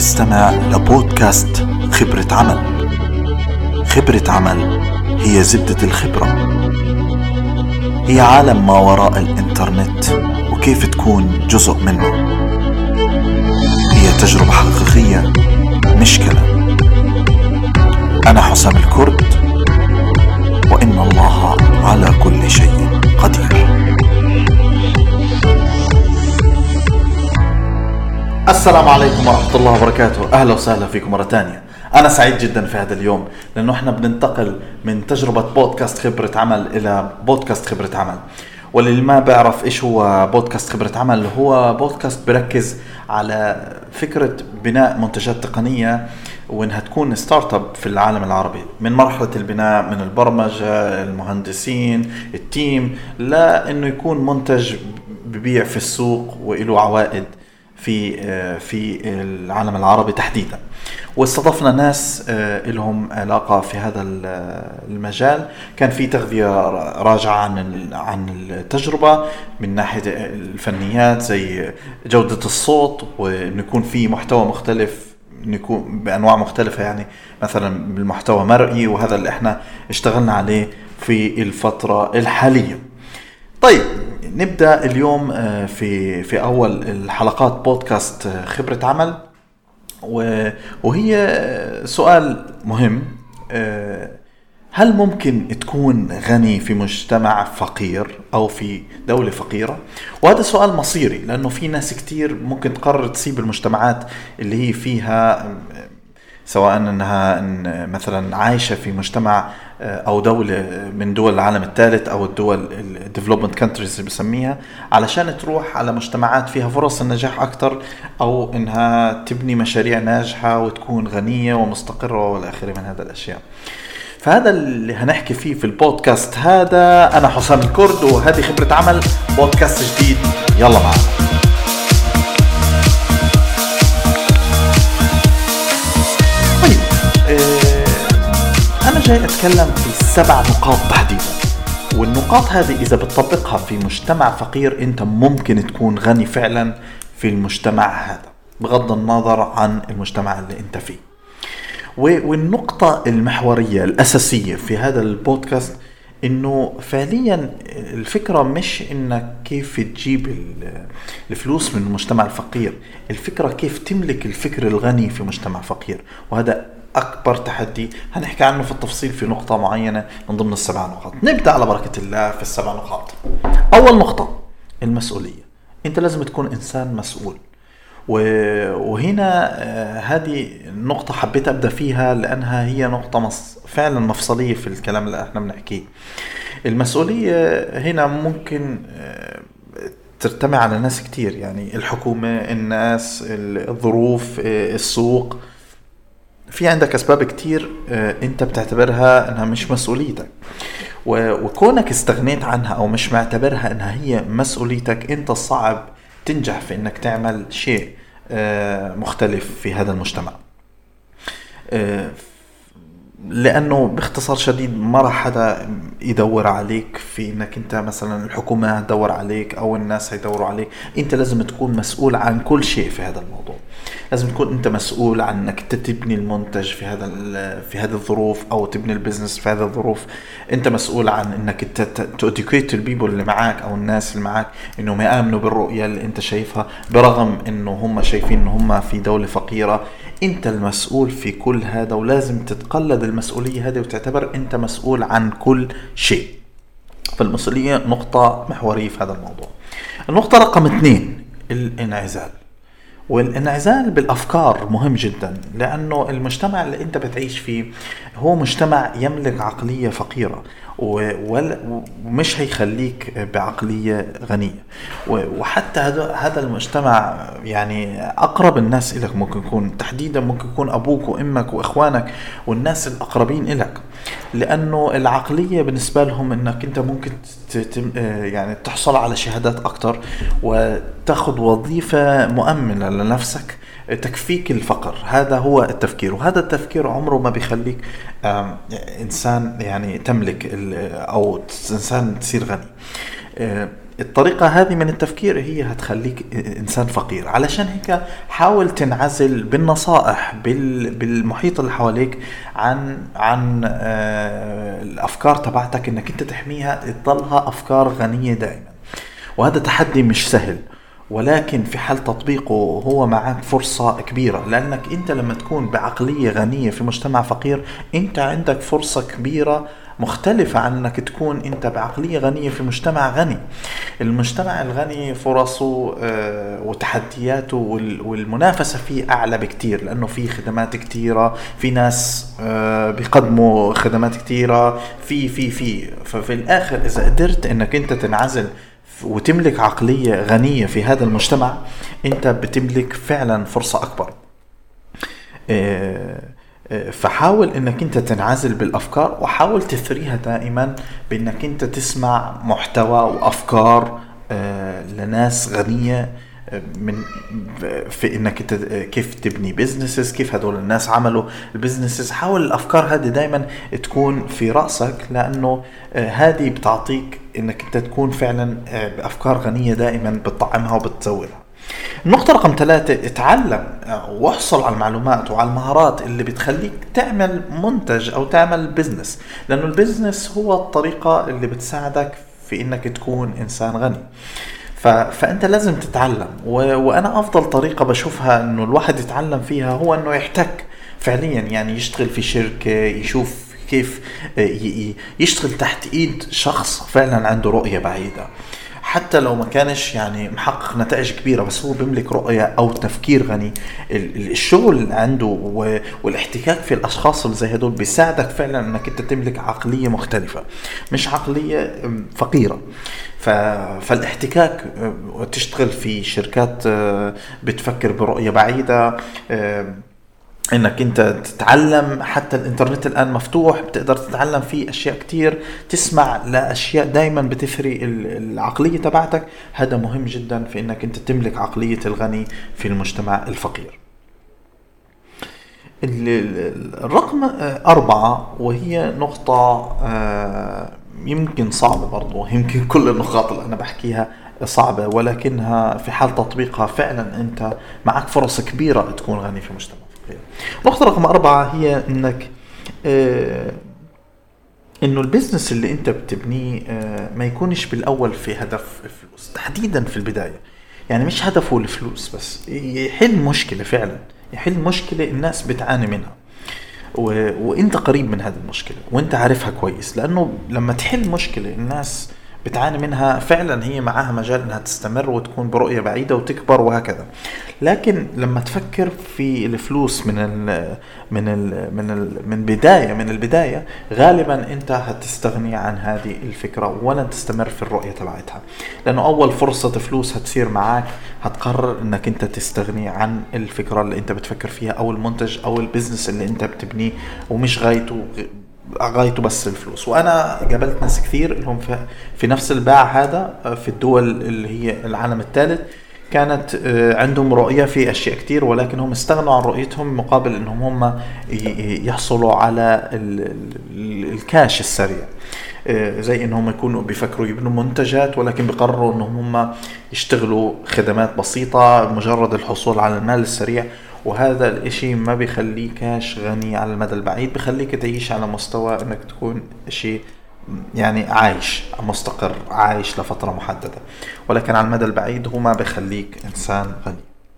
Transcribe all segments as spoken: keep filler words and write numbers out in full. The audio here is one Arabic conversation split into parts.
تستمع لبودكاست خبرة عمل. خبرة عمل هي زبدة الخبرة، هي عالم ما وراء الإنترنت وكيف تكون جزء منه. هي تجربة حقيقية مش كلام. أنا حسام الكرد، وإن الله على كل شيء قدير. السلام عليكم ورحمة الله وبركاته. أهلا وسهلا فيكم مرة تانية. أنا سعيد جدا في هذا اليوم لأنه إحنا بننتقل من تجربة بودكاست خبرة عمل إلى بودكاست خبرة عمل. واللي ما بعرف إيش هو بودكاست خبرة عمل، هو بودكاست بركز على فكرة بناء منتجات تقنية وإنها تكون ستارت اب في العالم العربي، من مرحلة البناء، من البرمجة، المهندسين، التيم، لا إنه يكون منتج ببيع في السوق وإله عوائد في في العالم العربي تحديدا. واستضفنا ناس لهم علاقة في هذا المجال. كان في تغذية راجعة عن عن التجربة من ناحية الفنيات زي جودة الصوت، وإنه يكون في محتوى مختلف، نكون بأنواع مختلفة، يعني مثلا بالمحتوى مرئي، وهذا اللي احنا اشتغلنا عليه في الفترة الحالية. طيب نبدأ اليوم في في أول الحلقات بودكاست خبرة عمل، وهي سؤال مهم: هل ممكن تكون غني في مجتمع فقير أو في دولة فقيرة؟ وهذا سؤال مصيري، لأنه في ناس كتير ممكن تقرر تسيب المجتمعات اللي هي فيها، سواء أنها مثلا عايشة في مجتمع أو دولة من دول العالم الثالث أو الدول development countries اللي بسميها، علشان تروح على مجتمعات فيها فرص النجاح أكتر، أو إنها تبني مشاريع ناجحة وتكون غنية ومستقرة والآخر من هذا الأشياء. فهذا اللي هنحكي فيه في البودكاست هذا. أنا حسام الكرد، وهذه خبرة عمل، بودكاست جديد. يلا معنا. طيب أنا جاي أتكلم في سبع نقاط تحديدا، والنقاط هذه إذا بتطبقها في مجتمع فقير أنت ممكن تكون غني فعلا في المجتمع هذا، بغض النظر عن المجتمع اللي أنت فيه. والنقطة المحورية الأساسية في هذا البودكاست إنه فعليا الفكرة مش إنك كيف تجيب الفلوس من المجتمع الفقير، الفكرة كيف تملك الفكر الغني في مجتمع فقير. وهذا أكبر تحدي هنحكي عنه في التفصيل في نقطة معينة من ضمن السبع نقاط. نبدأ على بركة الله في السبع نقاط. أول نقطة: المسؤولية. أنت لازم تكون إنسان مسؤول. وهنا هذه النقطة حبيت أبدأ فيها لأنها هي نقطة مص... فعلا مفصلية في الكلام اللي احنا بنحكيه. المسؤولية هنا ممكن ترتمي على ناس كتير، يعني الحكومة، الناس، الظروف، السوق. في عندك أسباب كتير أنت بتعتبرها أنها مش مسؤوليتك، وكونك استغنيت عنها أو مش معتبرها أنها هي مسؤوليتك، أنت صعب تنجح في أنك تعمل شيء مختلف في هذا المجتمع. لأنه باختصار شديد ما راح حدا يدور عليك في أنك أنت مثلا الحكومة هتدور عليك أو الناس هيدوروا عليك. أنت لازم تكون مسؤول عن كل شيء في هذا الموضوع. لازم تكون أنت مسؤول عن أنك تبني المنتج في هذا في هذه الظروف، أو تبني البزنس في هذه الظروف. أنت مسؤول عن أنك تأديكيت البيبل اللي معاك أو الناس اللي معاك إنهم يآمنوا بالرؤية اللي أنت شايفها، برغم إنه هم شايفين إن هم في دولة فقيرة. أنت المسؤول في كل هذا، ولازم تتقلد المسؤولية هذه وتعتبر أنت مسؤول عن كل شيء. فالمسؤولية نقطة محورية في هذا الموضوع. النقطة رقم اثنين: الانعزال. والانعزال بالأفكار مهم جدا، لأنه المجتمع اللي أنت بتعيش فيه هو مجتمع يملك عقلية فقيرة، ومش هيخليك بعقلية غنية. وحتى هذا المجتمع يعني أقرب الناس إليك ممكن يكون تحديدا ممكن يكون أبوك وأمك وإخوانك والناس الأقربين إليك، لأنه العقلية بالنسبة لهم أنك أنت ممكن يعني تحصل على شهادات أكتر وتأخذ وظيفة مؤمنة لنفسك تكفيك الفقر. هذا هو التفكير، وهذا التفكير عمره ما بيخليك إنسان يعني تملك أو إنسان تصير غني. الطريقة هذه من التفكير هي هتخليك إنسان فقير. علشان هيك حاول تنعزل بالنصائح بالمحيط اللي حواليك عن عن الأفكار تبعتك، إنك أنت تحميها تضلها أفكار غنية دائما. وهذا تحدي مش سهل، ولكن في حال تطبيقه هو معك فرصة كبيرة، لأنك أنت لما تكون بعقلية غنية في مجتمع فقير أنت عندك فرصة كبيرة مختلفة عن أنك تكون أنت بعقلية غنية في مجتمع غني. المجتمع الغني فرصه وتحدياته والمنافسة فيه أعلى بكتير، لأنه فيه خدمات كتيرة، في ناس بيقدموا خدمات كتيرة، في في في ففي الآخر إذا قدرت أنك أنت تنعزل وتملك عقلية غنية في هذا المجتمع أنت بتملك فعلا فرصة أكبر. فحاول انك انت تنعزل بالافكار، وحاول تثريها دائما بانك انت تسمع محتوى وافكار لناس غنية من في انك انت كيف تبني بيزنسز، كيف هدول الناس عملوا البيزنسز. حاول الافكار هذه دائما تكون في رأسك، لانه هذه بتعطيك انك انت تكون فعلا بافكار غنية دائما بتطعمها وبتزودها. النقطة رقم ثلاثة، اتعلم واحصل على المعلومات وعلى المهارات اللي بتخليك تعمل منتج او تعمل بيزنس، لانه البيزنس هو الطريقة اللي بتساعدك في انك تكون انسان غني. ف... فانت لازم تتعلم، و... وانا افضل طريقة بشوفها انه الواحد يتعلم فيها هو انه يحتك فعليا، يعني يشتغل في شركة، يشوف كيف ي... يشتغل تحت ايد شخص فعلا عنده رؤية بعيدة، حتى لو ما كانش يعني محقق نتائج كبيرة، بس هو بيملك رؤية أو تفكير غني. الشغل عنده والاحتكاك في الأشخاص اللي زي هدول بيساعدك فعلا أنك أنت تملك عقلية مختلفة، مش عقلية فقيرة. فالاحتكاك وتشتغل في شركات بتفكر برؤية بعيدة، انك انت تتعلم. حتى الانترنت الان مفتوح، بتقدر تتعلم فيه اشياء كتير، تسمع لاشياء دايما بتثري العقلية تبعتك. هذا مهم جدا في انك انت تملك عقلية الغني في المجتمع الفقير. الرقم أربعة، وهي نقطة يمكن صعبة برضو، يمكن كل النقاط اللي أنا بحكيها صعبة، ولكنها في حال تطبيقها فعلا أنت معك فرص كبيرة تكون غني في مجتمع فقير. نقطة رقم أربعة هي أنك آه إنه البيزنس اللي أنت بتبنيه آه ما يكونش بالأول في هدف الفلوس، تحديدا في البداية. يعني مش هدفه الفلوس بس، يحل مشكلة فعلا، يحل مشكلة الناس بتعاني منها، و... وانت قريب من هذه المشكلة وانت عارفها كويس. لانه لما تحل مشكلة الناس بتعاني منها فعلا هي معاها مجال انها تستمر وتكون برؤية بعيدة وتكبر وهكذا. لكن لما تفكر في الفلوس من ال من ال من ال من بداية من البداية غالبا انت هتستغني عن هذه الفكرة ولن تستمر في الرؤية تبعتها، لانه اول فرصة فلوس هتصير معاك هتقرر انك انت تستغني عن الفكرة اللي انت بتفكر فيها او المنتج او البيزنس اللي انت بتبنيه، ومش غايته غايته بس الفلوس. وانا قابلت ناس كثير لهم في نفس الباع هذا في الدول اللي هي العالم الثالث، كانت عندهم رؤية في اشياء كثير، ولكنهم استغنوا عن رؤيتهم مقابل انهم هم يحصلوا على الكاش السريع، زي انهم يكونوا بيفكروا يبنوا منتجات ولكن بيقرروا انهم هم يشتغلوا خدمات بسيطة مجرد الحصول على المال السريع. وهذا الاشي ما بيخليكاش غني على المدى البعيد، بيخليك تعيش على مستوى انك تكون شيء يعني عايش مستقر، عايش لفترة محددة، ولكن على المدى البعيد هو ما بيخليك انسان غني.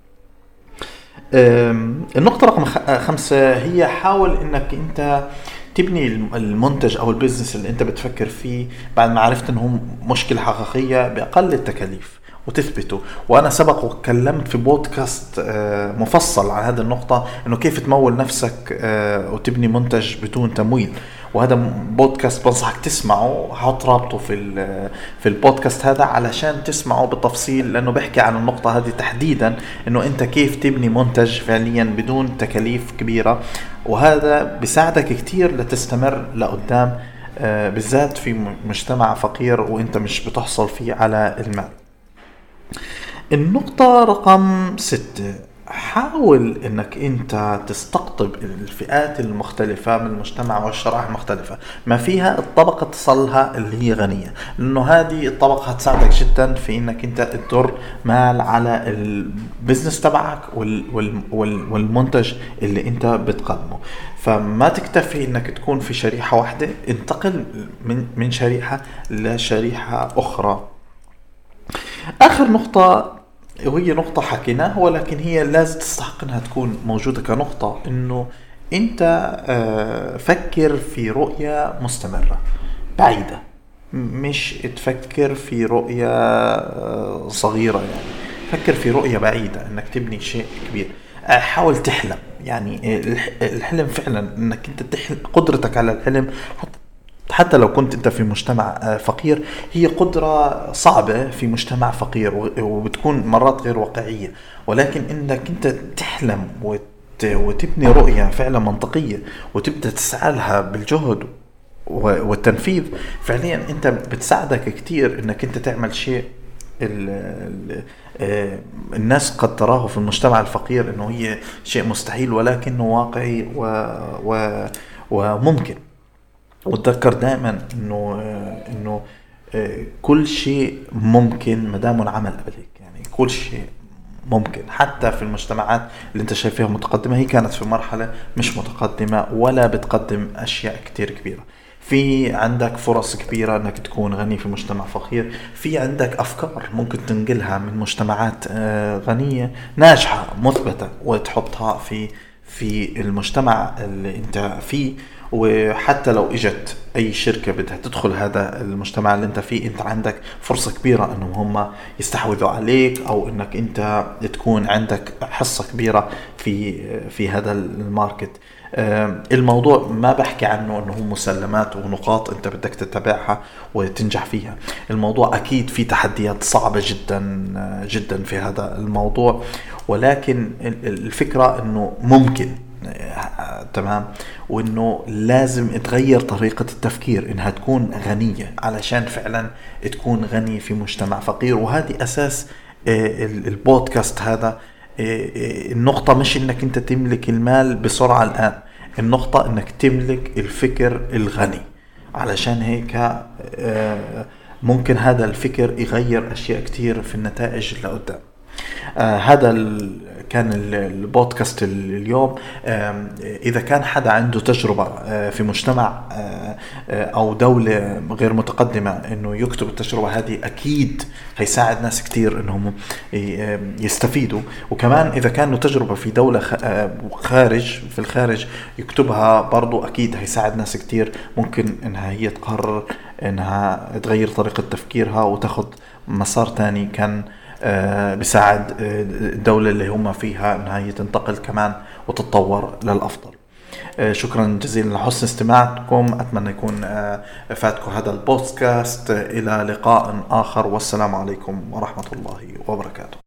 النقطة رقم خمسة هي حاول انك انت تبني المنتج او البيزنس اللي انت بتفكر فيه بعد ما عرفت انه مشكلة حقيقية بأقل التكاليف وتثبته. وانا سبق وكلمت في بودكاست مفصل عن هذه النقطة، انه كيف تمول نفسك وتبني منتج بدون تمويل، وهذا بودكاست بنصحك تسمعه، هحط رابطه في في البودكاست هذا علشان تسمعه بالتفصيل، لانه بحكي عن النقطة هذه تحديدا، انه انت كيف تبني منتج فعليا بدون تكاليف كبيرة، وهذا بيساعدك كتير لتستمر لقدام، بالذات في مجتمع فقير وانت مش بتحصل فيه على المال. النقطة رقم ستة، حاول انك انت تستقطب الفئات المختلفة من المجتمع والشرائح المختلفة، ما فيها الطبقة تصلها اللي هي غنية، لانه هذه الطبقة هتساعدك جدا في انك انت تدر مال على البزنس تبعك وال وال وال والمنتج اللي انت بتقدمه. فما تكتفي انك تكون في شريحة واحدة، انتقل من من شريحة لشريحة اخرى. اخر نقطة وهي نقطة حكيناها ولكن هي لازم تستحق انها تكون موجودة كنقطة، انه انت آه، فكر في رؤية مستمرة بعيدة، مش تفكر في رؤية آه، صغيرة. يعني فكر في رؤية بعيدة انك تبني شيء كبير. آه، حاول تحلم. يعني الح- الحلم فعلا انك انت تحلم، قدرتك على الحلم حتى حتى لو كنت انت في مجتمع آه، فقير، هي قدرة صعبة في مجتمع فقير و- وبتكون مرات غير واقعية، ولكن انك انت تحلم وت وتبني رؤية فعلا منطقية وتبدأ تسعى لها بالجهد و- والتنفيذ، فعليا انت بتساعدك كتير انك انت تعمل شيء ال ال آه، الناس قد تراه في المجتمع الفقير انه هي شيء مستحيل، ولكنه واقعي و و وممكن. وتذكر دائما انه آه، انه آه، كل شيء ممكن ما دام العمل قبلك. يعني كل شيء ممكن، حتى في المجتمعات اللي انت شايفها متقدمة، هي كانت في مرحلة مش متقدمة ولا بتقدم اشياء كتير كبيرة. في عندك فرص كبيرة انك تكون غني في مجتمع فقير، في عندك افكار ممكن تنقلها من مجتمعات آه، غنية ناجحة مثبتة وتحطها في في المجتمع اللي انت فيه. وحتى لو اجت اي شركة بدها تدخل هذا المجتمع اللي انت فيه، انت عندك فرصة كبيرة انهم هم يستحوذوا عليك، او انك انت تكون عندك حصة كبيرة في في هذا الماركت. آم، الموضوع ما بحكي عنه انه هو مسلمات ونقاط انت بدك تتبعها وتنجح فيها. الموضوع اكيد في تحديات صعبة جدا آه، جدا في هذا الموضوع، ولكن ال- الفكرة انه ممكن. آه، تمام. وانه لازم تغير طريقة التفكير انها تكون غنية علشان فعلا تكون غني في مجتمع فقير. وهذه اساس آه، ال- البودكاست هذا. آه، آه، النقطة مش انك انت تملك المال بسرعة الان، النقطة انك تملك الفكر الغني. علشان هيك آه، ممكن هذا الفكر يغير اشياء كتير في النتائج اللي قدام. آه هذا ال كان ال- البودكاست ال- اليوم. آم، إذا كان حدا عنده تجربة آه، في مجتمع آه، آه، أو دولة غير متقدمة إنه يكتب التجربة هذه، أكيد هيساعد ناس كتير إنهم ي- آه، يستفيدوا. وكمان إذا كان له تجربة في دولة خ- آه، خارج في الخارج يكتبها برضو، أكيد هيساعد ناس كتير ممكن إنها هي تقرر إنها تغير طريقة تفكيرها وتاخد مسار تاني كان آه، بيساعد آه، الدولة اللي هم فيها انها هي تنتقل كمان وتتطور للأفضل. آه، شكرا جزيلا لحسن استماعكم. أتمنى يكون آه، فاتكم هذا البودكاست. إلى لقاء آخر، والسلام عليكم ورحمة الله وبركاته.